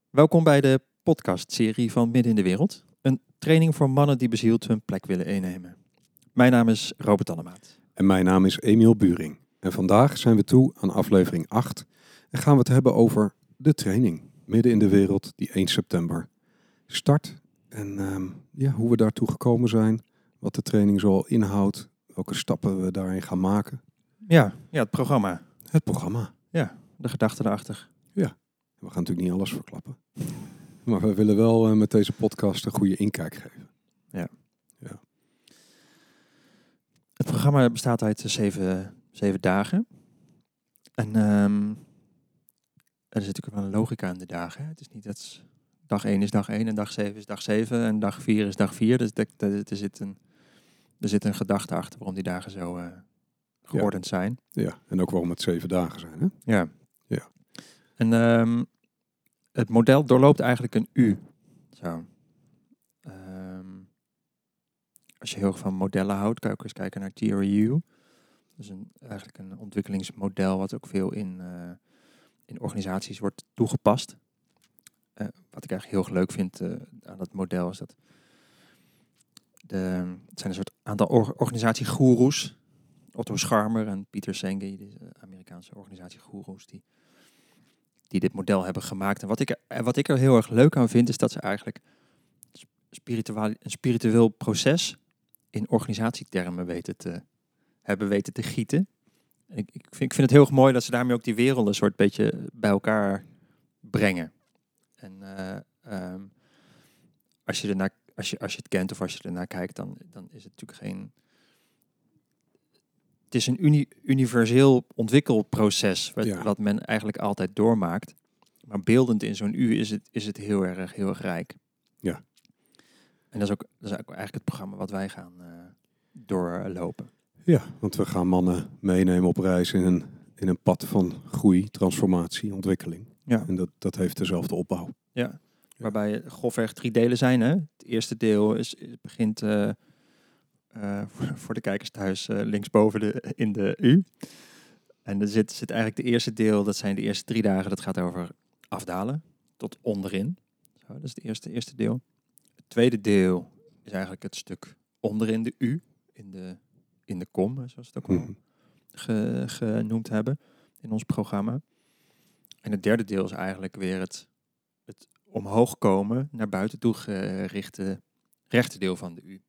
Welkom bij de podcastserie van Midden in de Wereld. Een training voor mannen die bezield hun plek willen innemen. Mijn naam is Robert Annemaat. En mijn naam is Emiel Buring. En vandaag zijn we toe aan aflevering 8. En gaan we het hebben over de training Midden in de Wereld die 1 september start. En hoe we daartoe gekomen zijn. Wat de training zoal inhoudt. Welke stappen we daarin gaan maken. Ja, het programma. Het programma. Ja, de gedachte erachter. We gaan natuurlijk niet alles verklappen. Maar we willen wel met deze podcast een goede inkijk geven. Ja. Het programma bestaat uit 7 dagen. En er zit natuurlijk wel een logica in de dagen. Hè? Het is niet dat dag 1 is dag 1 en dag 7 is dag 7 en dag 4 is dag 4. Dus er zit een gedachte achter waarom die dagen zo geordend zijn. Ja, en ook waarom het 7 dagen zijn. Hè? Ja. Ja. En het model doorloopt eigenlijk een U. Zo. Als je heel erg van modellen houdt, kan je ook eens kijken naar Theory U. Dus eigenlijk een ontwikkelingsmodel wat ook veel in organisaties wordt toegepast. Wat ik eigenlijk heel erg leuk vind aan dat model is dat het zijn een soort aantal organisatiegoeroes. Otto Scharmer en Peter Senge, de Amerikaanse organisatiegoeroes, die dit model hebben gemaakt. En wat ik er heel erg leuk aan vind, is dat ze eigenlijk een spiritueel proces in organisatietermen hebben weten te gieten. En ik vind het heel erg mooi dat ze daarmee ook die werelden een soort beetje bij elkaar brengen. En als je het kent of als je ernaar kijkt, dan is het natuurlijk geen... Het is een universeel ontwikkelproces wat men eigenlijk altijd doormaakt. Maar beeldend in zo'n U is het heel erg rijk. Ja. En dat is ook eigenlijk het programma wat wij gaan doorlopen. Ja, want we gaan mannen meenemen op reis in een pad van groei, transformatie, ontwikkeling. Ja. En dat heeft dezelfde opbouw. Ja, waarbij grofweg 3 delen zijn. Hè? Het eerste deel begint voor de kijkers thuis linksboven in de U. En er zit eigenlijk de eerste deel, dat zijn de eerste 3 dagen, dat gaat over afdalen tot onderin. Zo, dat is het eerste deel. Het tweede deel is eigenlijk het stuk onderin de U, in de kom, zoals we het ook al genoemd hebben in ons programma. En het derde deel is eigenlijk weer het omhoog komen, naar buiten toe gerichte rechte deel van de U.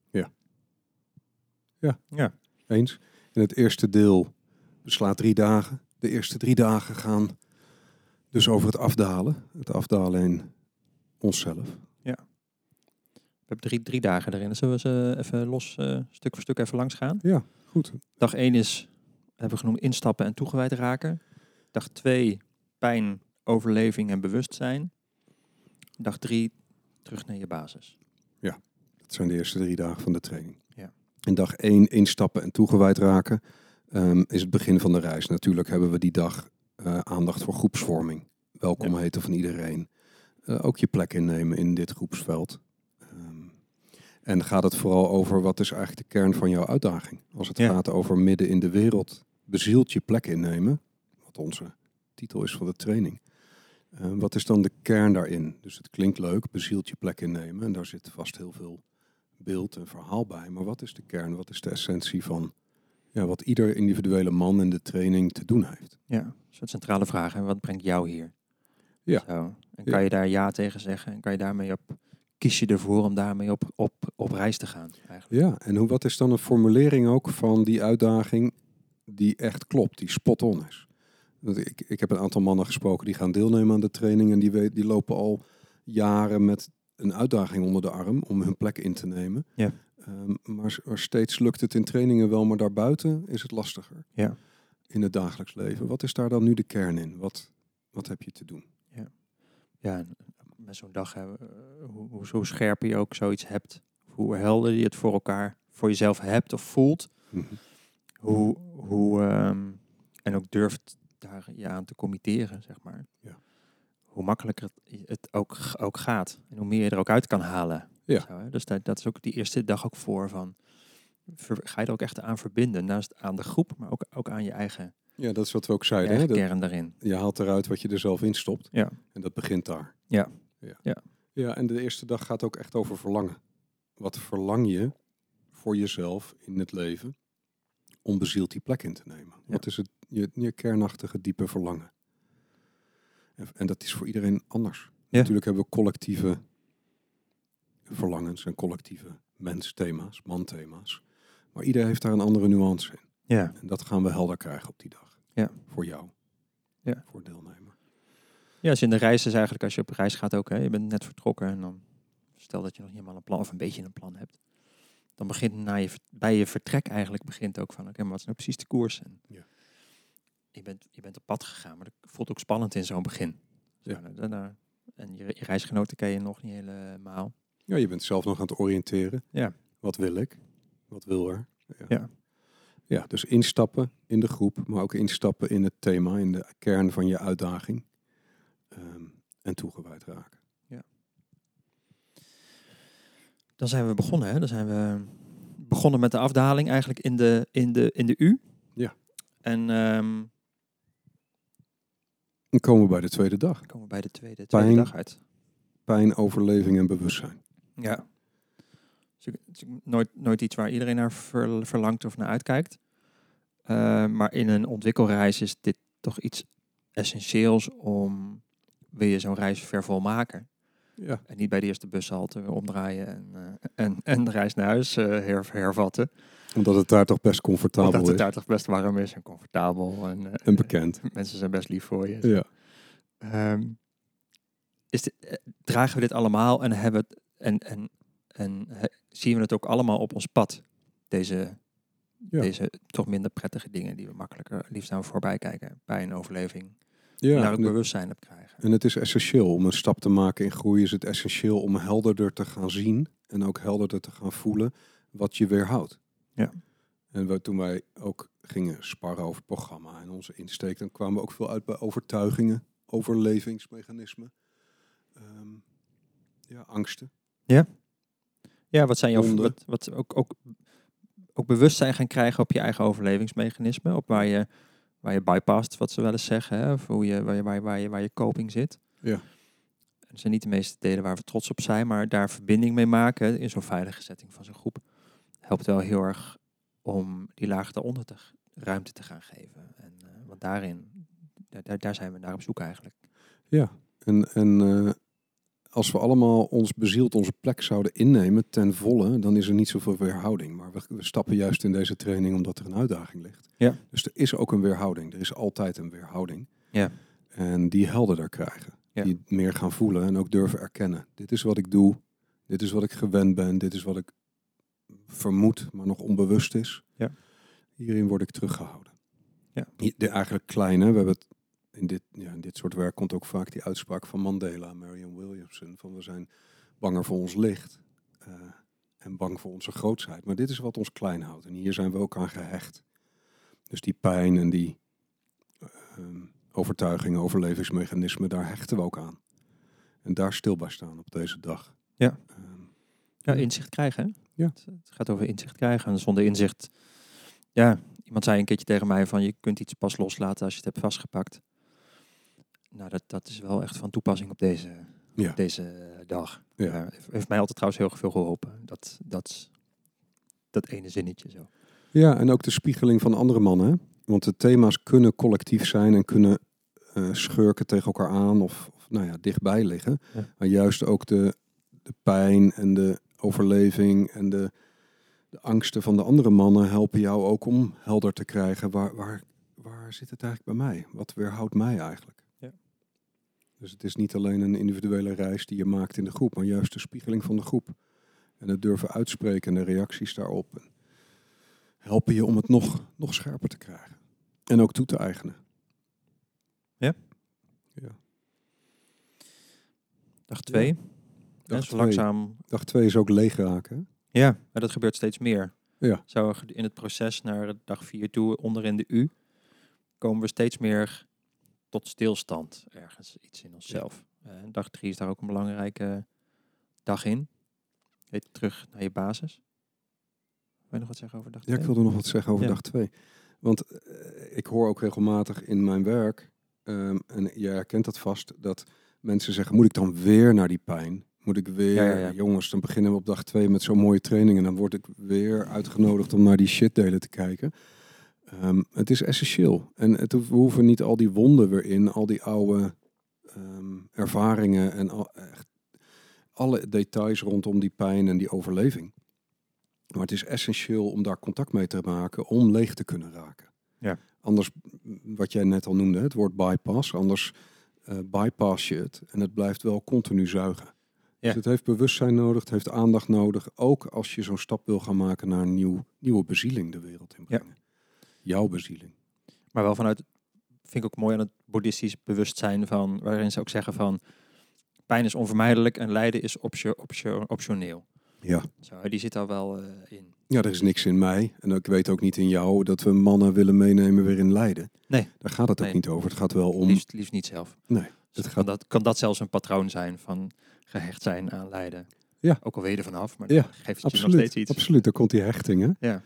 Ja. Eens. En het eerste deel beslaat 3 dagen. De eerste 3 dagen gaan dus over het afdalen. Het afdalen in onszelf. Ja. We hebben 3 dagen erin. Zullen we ze even los, stuk voor stuk even langs gaan? Ja, goed. Dag 1 hebben we genoemd instappen en toegewijd raken. Dag 2, pijn, overleving en bewustzijn. Dag 3, terug naar je basis. Ja, dat zijn de eerste 3 dagen van de training. Ja. En dag 1, instappen en toegewijd raken, is het begin van de reis. Natuurlijk hebben we die dag aandacht voor groepsvorming. Welkom heten van iedereen. Ook je plek innemen in dit groepsveld. En gaat het vooral over wat is eigenlijk de kern van jouw uitdaging. Als het gaat over midden in de wereld, bezield je plek innemen. Wat onze titel is van de training. Wat is dan de kern daarin? Dus het klinkt leuk, bezield je plek innemen. En daar zit vast heel veel beeld en verhaal bij. Maar wat is de kern? Wat is de essentie van wat ieder individuele man in de training te doen heeft? Ja, een soort centrale vraag. En wat brengt jou hier? Ja. Zo. En kan je daar ja tegen zeggen? En kan je daarmee kies je ervoor om daarmee op reis te gaan? Eigenlijk? Ja, en wat is dan een formulering ook van die uitdaging die echt klopt, die spot on is? Ik heb een aantal mannen gesproken die gaan deelnemen aan de training en die lopen al jaren met een uitdaging onder de arm om hun plek in te nemen. Ja. Maar steeds lukt het in trainingen wel, maar daarbuiten is het lastiger. Ja. In het dagelijks leven. Wat is daar dan nu de kern in? Wat heb je te doen? Ja, met zo'n dag, hoe scherper je ook zoiets hebt, hoe helder je het voor jezelf hebt of voelt, en ook durft daar je aan te committeren, zeg maar. Ja. Hoe makkelijker het ook gaat en hoe meer je er ook uit kan halen. Ja. Zo, hè? Dus dat is ook die eerste dag ook voor van, ga je er ook echt aan verbinden, naast aan de groep, maar ook aan je eigen Ja, dat is wat we ook zeiden. kern daarin. Je haalt eruit wat je er zelf in stopt. Ja. En dat begint daar. Ja, en de eerste dag gaat ook echt over verlangen. Wat verlang je voor jezelf in het leven om bezield die plek in te nemen? Ja. Wat is het je kernachtige, diepe verlangen? En dat is voor iedereen anders. Ja. Natuurlijk hebben we collectieve verlangens en collectieve mensthema's, manthema's. Maar ieder heeft daar een andere nuance in. Ja. En dat gaan we helder krijgen op die dag. Ja. Voor jou. Ja. Voor deelnemer. Ja, als je in de reis is eigenlijk, als je op reis gaat ook, hè, je bent net vertrokken en dan stel dat je nog niet helemaal een plan of een beetje een plan hebt. Dan begint bij je vertrek eigenlijk begint ook van, oké, maar wat is nou precies de koers? En Ja. je bent op pad gegaan, maar dat voelt ook spannend in zo'n begin. Ja. En je reisgenoten ken je nog niet helemaal. Ja, je bent zelf nog aan het oriënteren. Ja. Wat wil ik? Wat wil er? Ja. Ja, dus instappen in de groep, maar ook instappen in het thema, in de kern van je uitdaging. En toegewijd raken. Ja. Dan zijn we begonnen, hè? Dan zijn we begonnen met de afdaling eigenlijk in de U. Ja. En Dan komen we bij de tweede dag. komen we bij de tweede dag uit. Pijn, overleving en bewustzijn. Ja. Het is nooit iets waar iedereen naar verlangt of naar uitkijkt. Maar in een ontwikkelreis is dit toch iets essentieels om, wil je zo'n reis ver volmaken. Ja. En niet bij de eerste bushalte weer omdraaien en de reis naar huis hervatten. Omdat het daar toch best comfortabel Omdat het is. daar toch best warm is en comfortabel. En bekend. Mensen zijn best lief voor je. Ja. Dragen we dit allemaal en hebben het zien we het ook allemaal op ons pad? Deze toch minder prettige dingen die we makkelijker liefst aan voorbij kijken. Pijn, overleving. Ja, daar ook bewustzijn op krijgen. En het is essentieel om een stap te maken in groei. Is het essentieel om helderder te gaan zien en ook helderder te gaan voelen wat je weerhoudt. Ja. En toen wij ook gingen sparren over het programma en onze insteek, dan kwamen we ook veel uit bij overtuigingen, overlevingsmechanismen, angsten. Ja, wat zijn Honden. wat ook bewustzijn gaan krijgen op je eigen overlevingsmechanisme, op waar je bypast, wat ze wel eens zeggen, hè, of waar je coping zit. Ja. Dat zijn niet de meeste delen waar we trots op zijn, maar daar verbinding mee maken in zo'n veilige setting van zo'n groep helpt wel heel erg om die laag daaronder ruimte te gaan geven. En want daar zijn we naar op zoek eigenlijk. Ja, en als we allemaal bezield onze plek zouden innemen ten volle, dan is er niet zoveel weerhouding. Maar we stappen juist in deze training omdat er een uitdaging ligt. Ja. Dus er is ook een weerhouding. Er is altijd een weerhouding. Ja. En die helderder krijgen. Ja. Die meer gaan voelen en ook durven erkennen. Dit is wat ik doe. Dit is wat ik gewend ben. Dit is wat ik vermoed, maar nog onbewust is. Ja. Hierin word ik teruggehouden. Ja. Eigenlijk kleine. We hebben het in dit soort werk komt ook vaak die uitspraak van Mandela, Marianne Williamson, van we zijn banger voor ons licht en bang voor onze grootsheid. Maar dit is wat ons klein houdt en hier zijn we ook aan gehecht. Dus die pijn en die overtuigingen, overlevingsmechanismen, daar hechten we ook aan. En daar stil bij staan op deze dag. Ja. Inzicht krijgen. Hè? Ja. Het gaat over inzicht krijgen. En zonder inzicht, iemand zei een keertje tegen mij van je kunt iets pas loslaten als je het hebt vastgepakt. Nou, dat is wel echt van toepassing op deze dag. Ja. Heeft mij altijd trouwens heel veel geholpen. Dat ene zinnetje zo. Ja, en ook de spiegeling van andere mannen. Hè? Want de thema's kunnen collectief zijn en kunnen schurken tegen elkaar aan of dichtbij liggen. Ja. Maar juist ook de pijn en de overleving en de angsten van de andere mannen helpen jou ook om helder te krijgen. Waar zit het eigenlijk bij mij? Wat weerhoudt mij eigenlijk? Ja. Dus het is niet alleen een individuele reis die je maakt in de groep, maar juist de spiegeling van de groep. En het durven uitspreken en de reacties daarop. En helpen je om het nog scherper te krijgen. En ook toe te eigenen. Ja. Dag 2. Langzaam. Dag 2 is ook leeg raken. Hè? Ja, maar dat gebeurt steeds meer. Ja. Zo in het proces naar dag 4 toe, onderin de U, komen we steeds meer tot stilstand. Ergens iets in onszelf. Ja. Dag 3 is daar ook een belangrijke dag in. Heet terug naar je basis. Wil je nog wat zeggen over dag 2? Ja, ik wilde nog wat zeggen over dag 2. Want ik hoor ook regelmatig in mijn werk, en jij herkent dat vast, dat mensen zeggen, moet ik dan weer naar die pijn? Moet ik weer, Ja. jongens, dan beginnen we op dag 2 met zo'n mooie training en dan word ik weer uitgenodigd om naar die shitdelen te kijken. Het is essentieel. En we hoeven niet al die wonden weer in, al die oude ervaringen en echt alle details rondom die pijn en die overleving. Maar het is essentieel om daar contact mee te maken om leeg te kunnen raken. Ja. Anders, wat jij net al noemde, het woord bypass, anders bypass je het en het blijft wel continu zuigen. Ja. Dus het heeft bewustzijn nodig, het heeft aandacht nodig, ook als je zo'n stap wil gaan maken naar een nieuwe bezieling de wereld inbrengen. Jouw bezieling. Maar wel vanuit, vind ik ook mooi aan het boeddhistisch bewustzijn van, waarin ze ook zeggen van, pijn is onvermijdelijk en lijden is optioneel. Ja. Zo, die zit daar wel in. Ja, er is niks in mij en ik weet ook niet in jou dat we mannen willen meenemen weer in lijden. Nee. Daar gaat het ook niet over. Het gaat wel om... Liefst niet zelf. Nee. Dus kan dat zelfs een patroon zijn van gehecht zijn aan lijden. Ja. Ook al weet je er vanaf, maar Ja, dan geeft het absoluut, je nog steeds iets. Absoluut, daar komt die hechting, hè? Ja.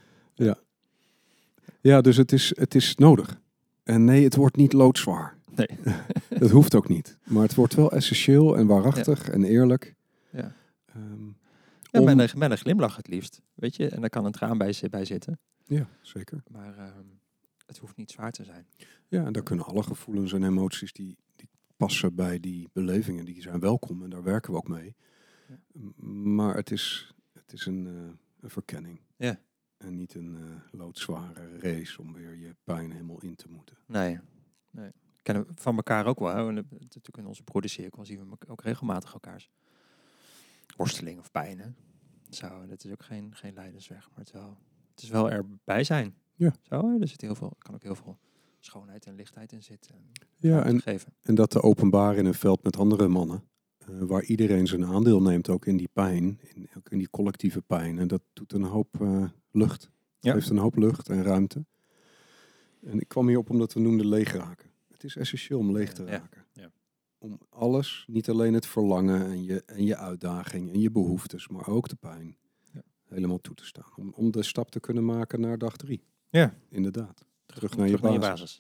Ja, dus het is nodig. En nee, het wordt niet loodzwaar. Nee. Dat hoeft ook niet. Maar het wordt wel essentieel en waarachtig en eerlijk. Ja. Om- Met een glimlach het liefst, weet je. En daar kan een traan bij zitten. Ja, zeker. Maar het hoeft niet zwaar te zijn. Ja, en daar kunnen alle gevoelens en emoties die passen bij die belevingen, die zijn welkom en daar werken we ook mee. Ja. Maar het is een verkenning. Ja. En niet een loodzware race om weer je pijn helemaal in te moeten. Nee. Kennen we van elkaar ook wel. Hè? En natuurlijk in onze broedercirkel zien we ook regelmatig elkaars worsteling of pijn. Hè? Zo, dat is ook geen lijdensweg, maar het is wel erbij zijn. Ja. Zo, hè? Er zit kan ook heel veel schoonheid en lichtheid in zitten. Ja, en dat te openbaren in een veld met andere mannen. Waar iedereen zijn aandeel neemt, ook in die pijn, ook in die collectieve pijn. En dat doet een hoop lucht. Het geeft een hoop lucht en ruimte. En ik kwam hierop omdat we noemden leeg raken. Het is essentieel om leeg te raken. Ja. Om alles, niet alleen het verlangen en je uitdaging en je behoeftes, maar ook de pijn, helemaal toe te staan. Om de stap te kunnen maken naar dag 3. Ja. Inderdaad. Terug naar je basis.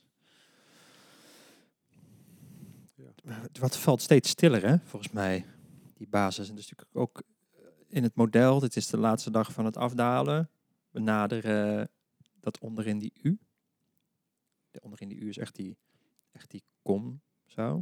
Wat valt steeds stiller, hè, volgens mij, die basis. En dus natuurlijk ook in het model, dit is de laatste dag van het afdalen. We naderen dat onderin die U. De onderin die U is echt die kom, zo.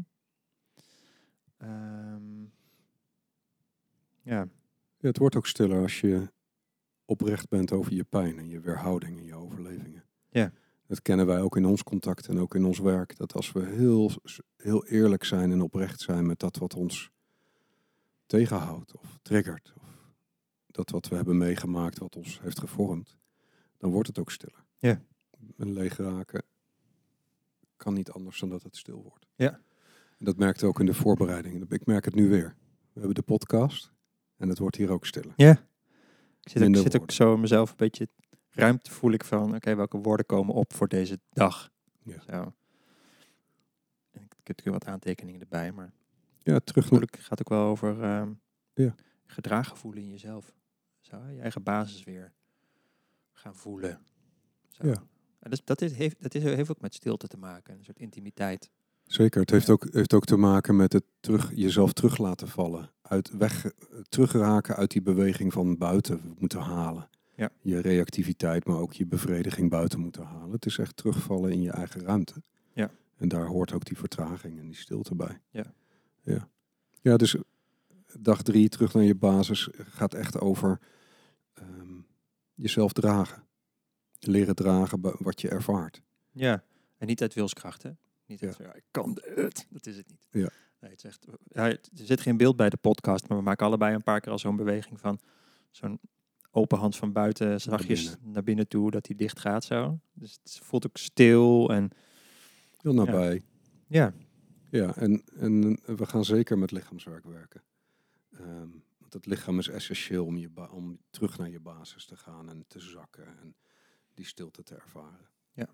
Ja, het wordt ook stiller als je oprecht bent over je pijn en je weerhouding en je overlevingen. Ja. Dat kennen wij ook in ons contact en ook in ons werk. Dat als we heel eerlijk zijn en oprecht zijn met dat wat ons tegenhoudt of triggert. Of dat wat we hebben meegemaakt wat ons heeft gevormd. Dan wordt het ook stiller. Ja. En leeg raken kan niet anders dan dat het stil wordt. Ja. En dat merkte ook in de voorbereidingen. Ik merk het nu weer. We hebben de podcast en het wordt hier ook stiller. Ja. Ik zit ook zo mezelf een beetje ruimte voel ik van, oké, welke woorden komen op voor deze dag? Ja. Zo. En ik heb natuurlijk wat aantekeningen erbij, maar ja, het gaat ook wel over gedragen voelen in jezelf. Zo, je eigen basis weer gaan voelen. Zo. Ja. En dus dat heeft ook met stilte te maken, een soort intimiteit. Zeker, het heeft ook te maken met het jezelf terug laten vallen. Terugraken uit die beweging van buiten moeten halen. Ja. Je reactiviteit, maar ook je bevrediging buiten moeten halen. Het is echt terugvallen in je eigen ruimte. Ja. En daar hoort ook die vertraging en die stilte bij. Ja. Ja, dus dag 3, terug naar je basis, gaat echt over jezelf dragen. Leren dragen wat je ervaart. Ja, en niet uit wilskracht, hè? Niet uit, ik kan het. Dat is het niet. Ja. Nee, het is echt, er zit geen beeld bij de podcast, maar we maken allebei een paar keer al zo'n beweging van zo'n open hand van buiten, zachtjes naar binnen toe, dat die dicht gaat zo. Dus het voelt ook stil en heel nabij. Ja. Ja, en we gaan zeker met lichaamswerk werken. Want het lichaam is essentieel om terug naar je basis te gaan en te zakken en die stilte te ervaren. Ja.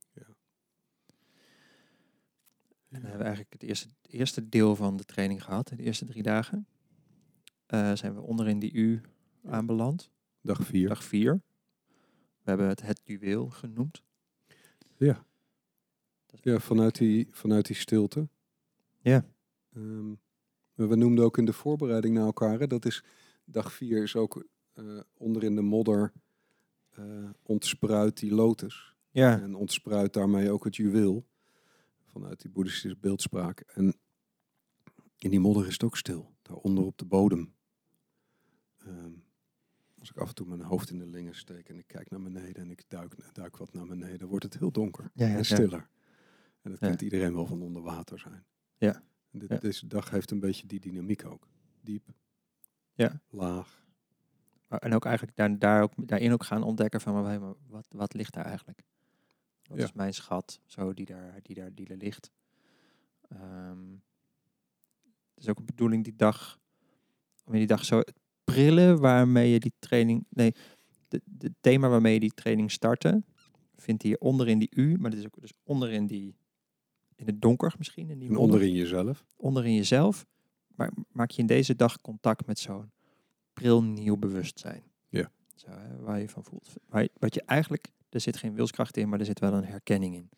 En dan hebben we eigenlijk het eerste deel van de training gehad, de eerste 3 dagen. Zijn we onderin die U aanbeland. Dag 4. Dag 4. We hebben het juweel genoemd. Ja, vanuit die stilte. Ja. We noemden ook in de voorbereiding naar elkaar, hè, dat is dag 4 is ook onder in de modder ontspruit die lotus. Ja, En ontspruit daarmee ook het juweel vanuit die boeddhistische beeldspraak. En in die modder is het ook stil, daaronder op de bodem. Als ik af en toe mijn hoofd in de lingen steek en ik kijk naar beneden en ik duik wat naar beneden, wordt het heel donker en stiller. En dat kent iedereen wel van onder water zijn. Ja. Deze dag heeft een beetje die dynamiek ook. Diep, laag. En ook eigenlijk daarin ook gaan ontdekken van maar wat ligt daar eigenlijk? Wat is mijn schat, zo die daar ligt? Het is ook een bedoeling die dag zo het prillen waarmee je die training, de thema waarmee je die training startte, vindt hier onderin die U, maar dit is ook dus onderin in het donker misschien. En onderin jezelf. Onderin jezelf. Maar maak je in deze dag contact met zo'n pril nieuw bewustzijn. Ja. Zo, hè, waar je van voelt. Wat je eigenlijk, er zit geen wilskracht in, maar er zit wel een herkenning in.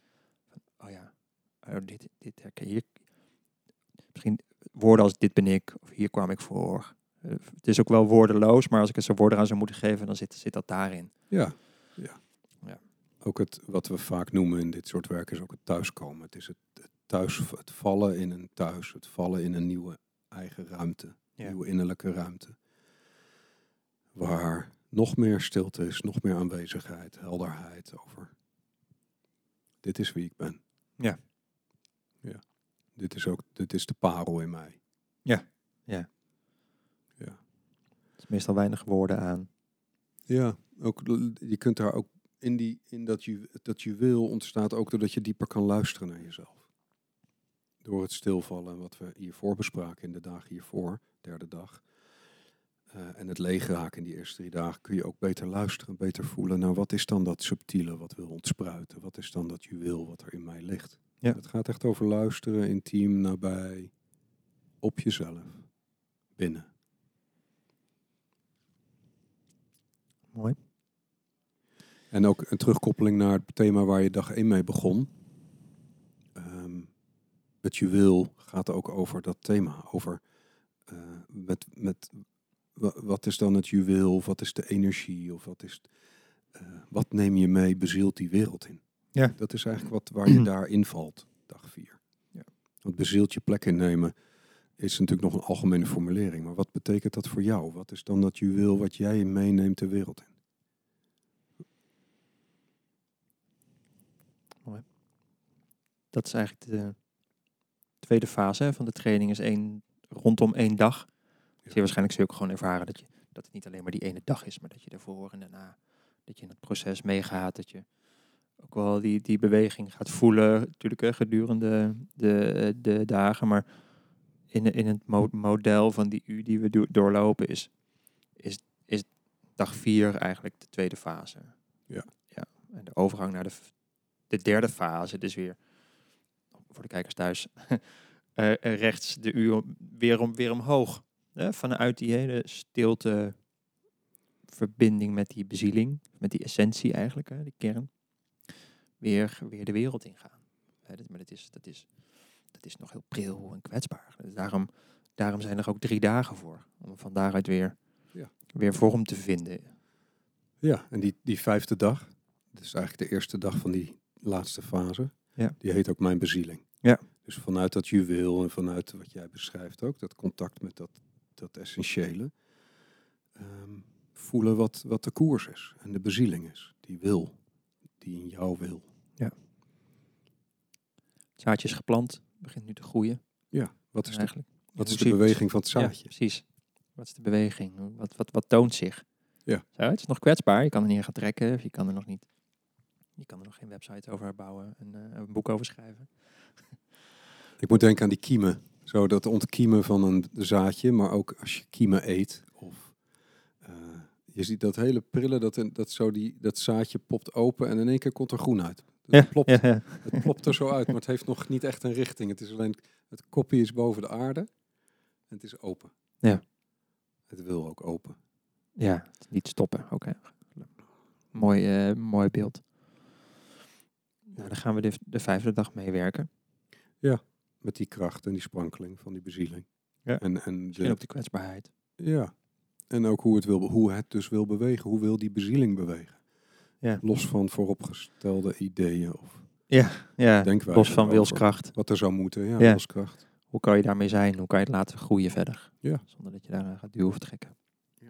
Dit herken je. Misschien woorden als dit ben ik, of hier kwam ik voor. Het is ook wel woordeloos, maar als ik het zo woorden aan zou moeten geven, dan zit dat daarin. Ja. Ook wat we vaak noemen in dit soort werk is ook het thuiskomen. Het is het vallen in een thuis, het vallen in een nieuwe eigen ruimte, nieuwe innerlijke ruimte. Waar nog meer stilte is, nog meer aanwezigheid, helderheid over. Dit is wie ik ben. Ja. Dit is de parel in mij. Ja. Het is meestal weinig woorden aan. Ja, ook, je kunt daar ook in dat juweel ontstaat ook doordat je dieper kan luisteren naar jezelf. Door het stilvallen en wat we hiervoor bespraken in de dagen hiervoor, derde dag. En het leegraken in die eerste 3 dagen kun je ook beter luisteren, beter voelen. Nou, wat is dan dat subtiele wat wil ontspruiten? Wat is dan dat juweel wat er in mij ligt? Ja. Het gaat echt over luisteren, intiem, nabij, op jezelf, binnen. Mooi. En ook een terugkoppeling naar het thema waar je dag 1 mee begon. Het juweel gaat ook over dat thema. Over wat is dan het juweel? Of wat is de energie? Of wat neem je mee, bezielt die wereld in? Ja. Dat is eigenlijk waar je daar invalt, dag 4. Ja. Want bezielt je plek innemen is natuurlijk nog een algemene formulering. Maar wat betekent dat voor jou? Wat is dan dat juweel wat jij meeneemt de wereld in? Mooi. Dat is eigenlijk de tweede fase van de training, is rondom 1 dag. Zeer waarschijnlijk zul je ook gewoon ervaren dat het niet alleen maar die ene dag is, maar dat je ervoor en daarna, dat je in het proces meegaat, dat je ook wel die beweging gaat voelen, natuurlijk gedurende de dagen, maar in het model van die U die we doorlopen is dag 4 eigenlijk de tweede fase. Ja. En de overgang naar de derde fase, dus weer, voor de kijkers thuis, rechts de U weer omhoog. Vanuit die hele stilte verbinding met die bezieling, met die essentie eigenlijk, die kern, weer de wereld ingaan. Maar dat is nog heel pril en kwetsbaar. Dus daarom zijn er ook 3 dagen voor. Om van daaruit weer vorm te vinden. Ja, en die 5e dag, dat is eigenlijk de eerste dag van die laatste fase, die heet ook mijn bezieling. Ja. Dus vanuit dat juweel en vanuit wat jij beschrijft ook, dat contact met dat essentiële, voelen wat de koers is en de bezieling is. Die wil, die in jou wil. Ja. Het zaadje is geplant, begint nu te groeien. Ja, wat is eigenlijk? Wat is de beweging van het zaadje? Ja, precies. Wat is de beweging? Wat toont zich? Ja. Zo, het is nog kwetsbaar, je kan er niet aan gaan trekken, of je kan er nog geen website over bouwen en een boek over schrijven. Ik moet denken aan die kiemen. Zo dat ontkiemen van een zaadje, maar ook als je kiemen eet. Of je ziet dat hele prillen, dat zaadje popt open en in één keer komt er groen uit. Het plopt er zo uit, maar het heeft nog niet echt een richting. Het is alleen, het kopje is boven de aarde en het is open. Ja. Het wil ook open. Ja, niet stoppen. Oké. Mooi beeld. Nou, dan gaan we de 5e dag meewerken. Ja, met die kracht en die sprankeling van die bezieling. Ja. En Misschien ook de kwetsbaarheid. ja. En ook hoe het dus wil bewegen. Hoe wil die bezieling bewegen? Ja. Los van vooropgestelde ideeën of Ja, denkwijzen los van over wilskracht. wat er zou moeten. Ja, Ja. wilskracht. Hoe kan je daarmee zijn? Hoe kan je het laten groeien verder? Ja. Zonder dat je daaraan gaat duwen of trekken. Ja.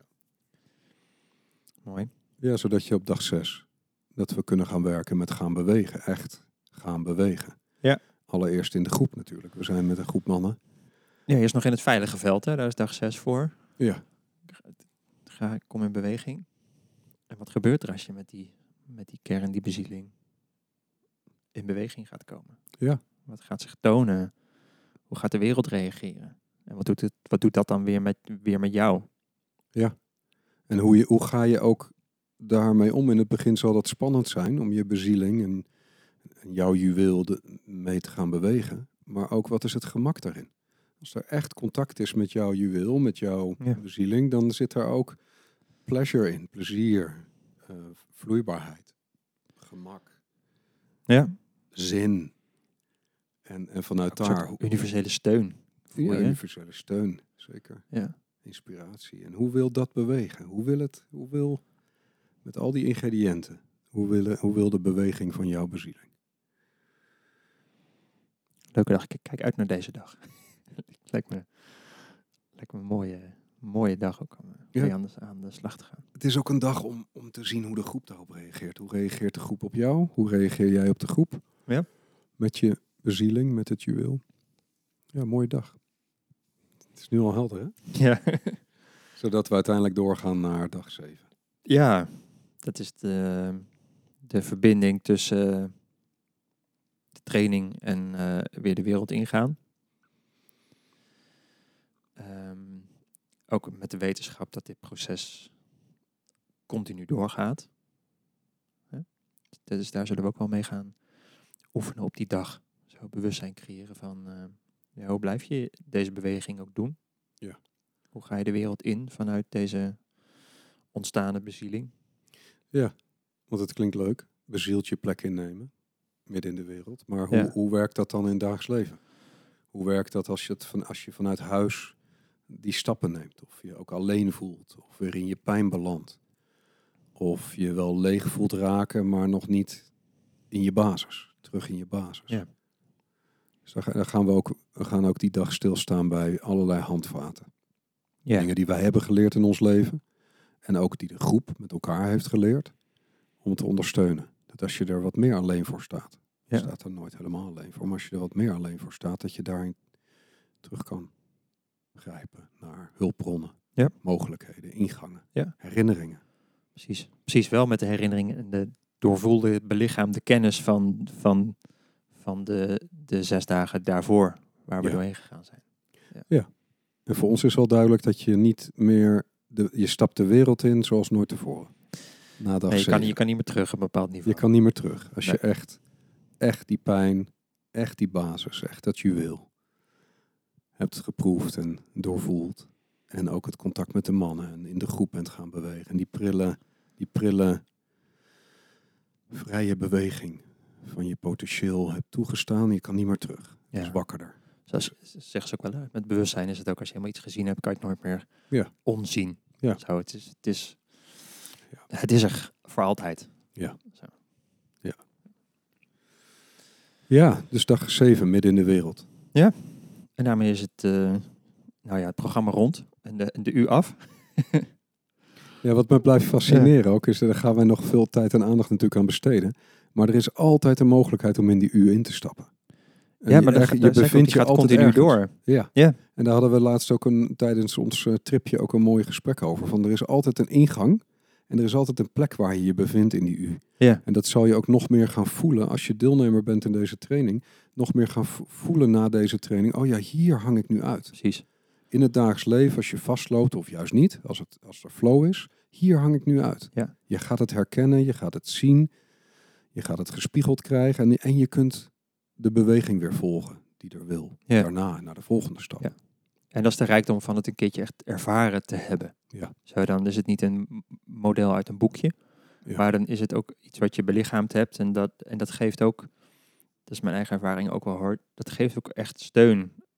Mooi. Ja, zodat je op dag 6, dat we kunnen gaan werken met gaan bewegen. Echt gaan bewegen. Ja. Allereerst in de groep natuurlijk. We zijn met een groep mannen. Ja, eerst nog in het veilige veld, hè? Daar is dag 6 voor. Ja. Kom in beweging. En wat gebeurt er als je met die kern, die bezieling, in beweging gaat komen? Ja. Wat gaat zich tonen? Hoe gaat de wereld reageren? En wat doet dat dan weer met jou? Ja. En hoe ga je ook daarmee om? In het begin zal dat spannend zijn om je bezieling en jouw juweel mee te gaan bewegen. Maar ook wat is het gemak daarin? Als er echt contact is met jouw juweel, met jouw bezieling, dan zit er ook pleasure in, plezier, vloeibaarheid, gemak, zin. En vanuit daar... Universele steun. Ja, universele steun, zeker. Ja. Inspiratie. En hoe wil dat bewegen? Hoe wil met al die ingrediënten, hoe wil de beweging van jouw bezieling? Leuke dag. Ik kijk uit naar deze dag. Lijkt me een mooie dag ook om aan de slag te gaan. Het is ook een dag om te zien hoe de groep daarop reageert. Hoe reageert de groep op jou? Hoe reageer jij op de groep? Ja. Met je bezieling, met het juweel. Ja, mooie dag. Het is nu al helder, hè? Ja. Zodat we uiteindelijk doorgaan naar dag 7. Ja, dat is de verbinding tussen de training en weer de wereld ingaan. Ook met de wetenschap dat dit proces continu doorgaat. Dus daar zullen we ook wel mee gaan oefenen op die dag. Zo bewustzijn creëren van hoe blijf je deze beweging ook doen? Ja. Hoe ga je de wereld in vanuit deze ontstane bezieling? Ja, want het klinkt leuk. Bezield je plek innemen, midden in de wereld. Maar hoe werkt dat dan in het dagelijks leven? Hoe werkt dat als je vanuit huis die stappen neemt? Of je ook alleen voelt, of weer in je pijn belandt. Of je wel leeg voelt raken, maar nog niet in je basis. Terug in je basis. Ja. Dus dan gaan ook die dag stilstaan bij allerlei handvaten. Ja. Dingen die wij hebben geleerd in ons leven. En ook die de groep met elkaar heeft geleerd. Om te ondersteunen. Dat als je er wat meer alleen voor staat. Je staat er nooit helemaal alleen voor. Maar als je er wat meer alleen voor staat. Dat je daarin terug kan grijpen naar hulpbronnen. Ja. Mogelijkheden, ingangen. Ja. Herinneringen. Precies wel met de herinneringen en de doorvoelde, belichaamde kennis van de 6 dagen daarvoor waar we doorheen gegaan zijn. Ja. En voor ons is al duidelijk dat je niet meer... je stapt de wereld in zoals nooit tevoren. Na dag 7. Je kan niet meer terug op een bepaald niveau. Je kan niet meer terug. Als je echt die pijn, echt die basis, echt dat juweel hebt geproefd en doorvoeld. En ook het contact met de mannen en in de groep bent gaan bewegen. En die prille vrije beweging van je potentieel hebt toegestaan. Je kan niet meer terug. Je is wakkerder. Zoals zeggen ze ook wel, met bewustzijn is het ook als je helemaal iets gezien hebt, kan je het nooit meer onzien. Ja. Zo, het is er voor altijd. Ja. Zo. Ja. Ja, dus dag 7 midden in de wereld. Ja. En daarmee is het programma rond en de U af. Ja, wat me blijft fascineren ook is, daar gaan wij nog veel tijd en aandacht natuurlijk aan besteden. Maar er is altijd een mogelijkheid om in die U in te stappen. En maar je bevindt je altijd continu ergens. door. Ja. En daar hadden we laatst ook tijdens ons tripje ook een mooi gesprek over. Van er is altijd een ingang en er is altijd een plek waar je je bevindt in die U. Ja. En dat zal je ook nog meer gaan voelen als je deelnemer bent in deze training. Nog meer gaan voelen na deze training. Oh ja, hier hang ik nu uit. Precies. In het dagelijks leven, als je vastloopt of juist niet, als er flow is, hier hang ik nu uit. Ja. Je gaat het herkennen, je gaat het zien, je gaat het gespiegeld krijgen en je kunt de beweging weer volgen die er wil. Ja. Daarna naar de volgende stap. Ja. En dat is de rijkdom van het een keertje echt ervaren te hebben. Ja. Zo, dan is het niet een model uit een boekje, maar dan is het ook iets wat je belichaamd hebt en dat geeft ook, dat is mijn eigen ervaring ook wel hoor, dat geeft ook echt steun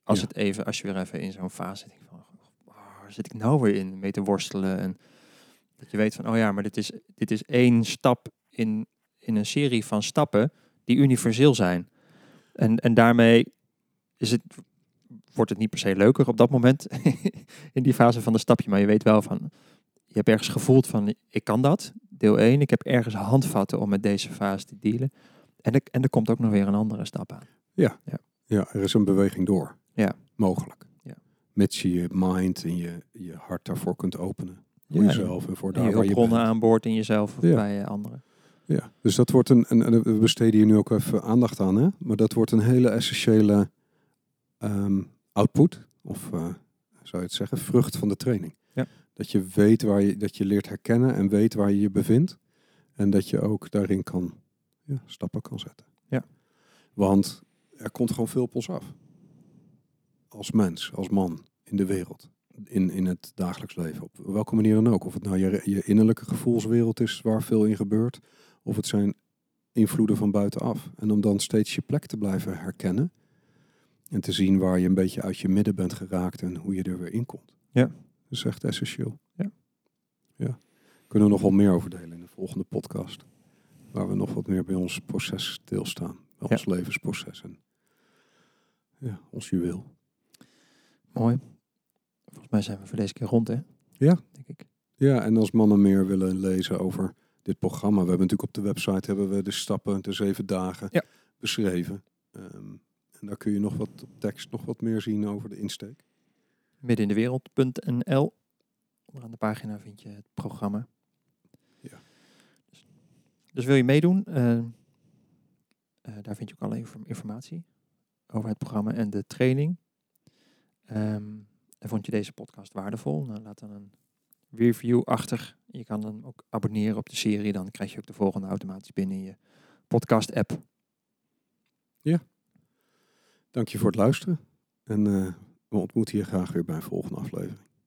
Als je weer even in zo'n fase zit, van, waar zit ik nou weer in mee te worstelen? En dat je weet van, maar dit is één stap in een serie van stappen die universeel zijn. En daarmee wordt het niet per se leuker op dat moment in die fase van de stapje, maar je weet wel van, je hebt ergens gevoeld van, ik kan dat, deel 1, ik heb ergens handvatten om met deze fase te dealen. En er komt ook nog weer een andere stap aan. Ja, er is een beweging door. Ja. Mogelijk. Ja. Mits je je mind en je hart daarvoor kunt openen. Voor jezelf en voor daar je waar je hulpbronnen bent. aan boord in jezelf of bij anderen. Ja, dus dat wordt we besteden hier nu ook even aandacht aan, hè? Maar dat wordt een hele essentiële output, of zou je het zeggen, vrucht van de training. Ja. Dat je weet dat je leert herkennen en weet waar je je bevindt. En dat je ook daarin stappen kan zetten. Ja. Want er komt gewoon veel op ons af. Als mens, als man in de wereld. In het dagelijks leven. Op welke manier dan ook. Of het nou je innerlijke gevoelswereld is waar veel in gebeurt. Of het zijn invloeden van buitenaf. En om dan steeds je plek te blijven herkennen. En te zien waar je een beetje uit je midden bent geraakt. En hoe je er weer in komt. Ja. Dat is echt essentieel. Ja. Kunnen we nog wel meer over delen in de volgende podcast. Waar we nog wat meer bij ons proces stilstaan. Bij ons levensproces. En ons juweel. Mooi. Volgens mij zijn we voor deze keer rond, hè? Ja. Denk ik. Ja, en als mannen meer willen lezen over dit programma. We hebben natuurlijk op de website de stappen, de 7 dagen beschreven. En daar kun je nog wat op tekst, nog wat meer zien over de insteek. Middenindewereld.nl. Onderaan de pagina vind je het programma. Ja. Dus wil je meedoen? Daar vind je ook alle informatie over het programma en de training. En vond je deze podcast waardevol? Nou, laat dan een review achter. Je kan dan ook abonneren op de serie. Dan krijg je ook de volgende automatisch binnen in je podcast app. Ja. Dank je voor het luisteren. En we ontmoeten je graag weer bij een volgende aflevering.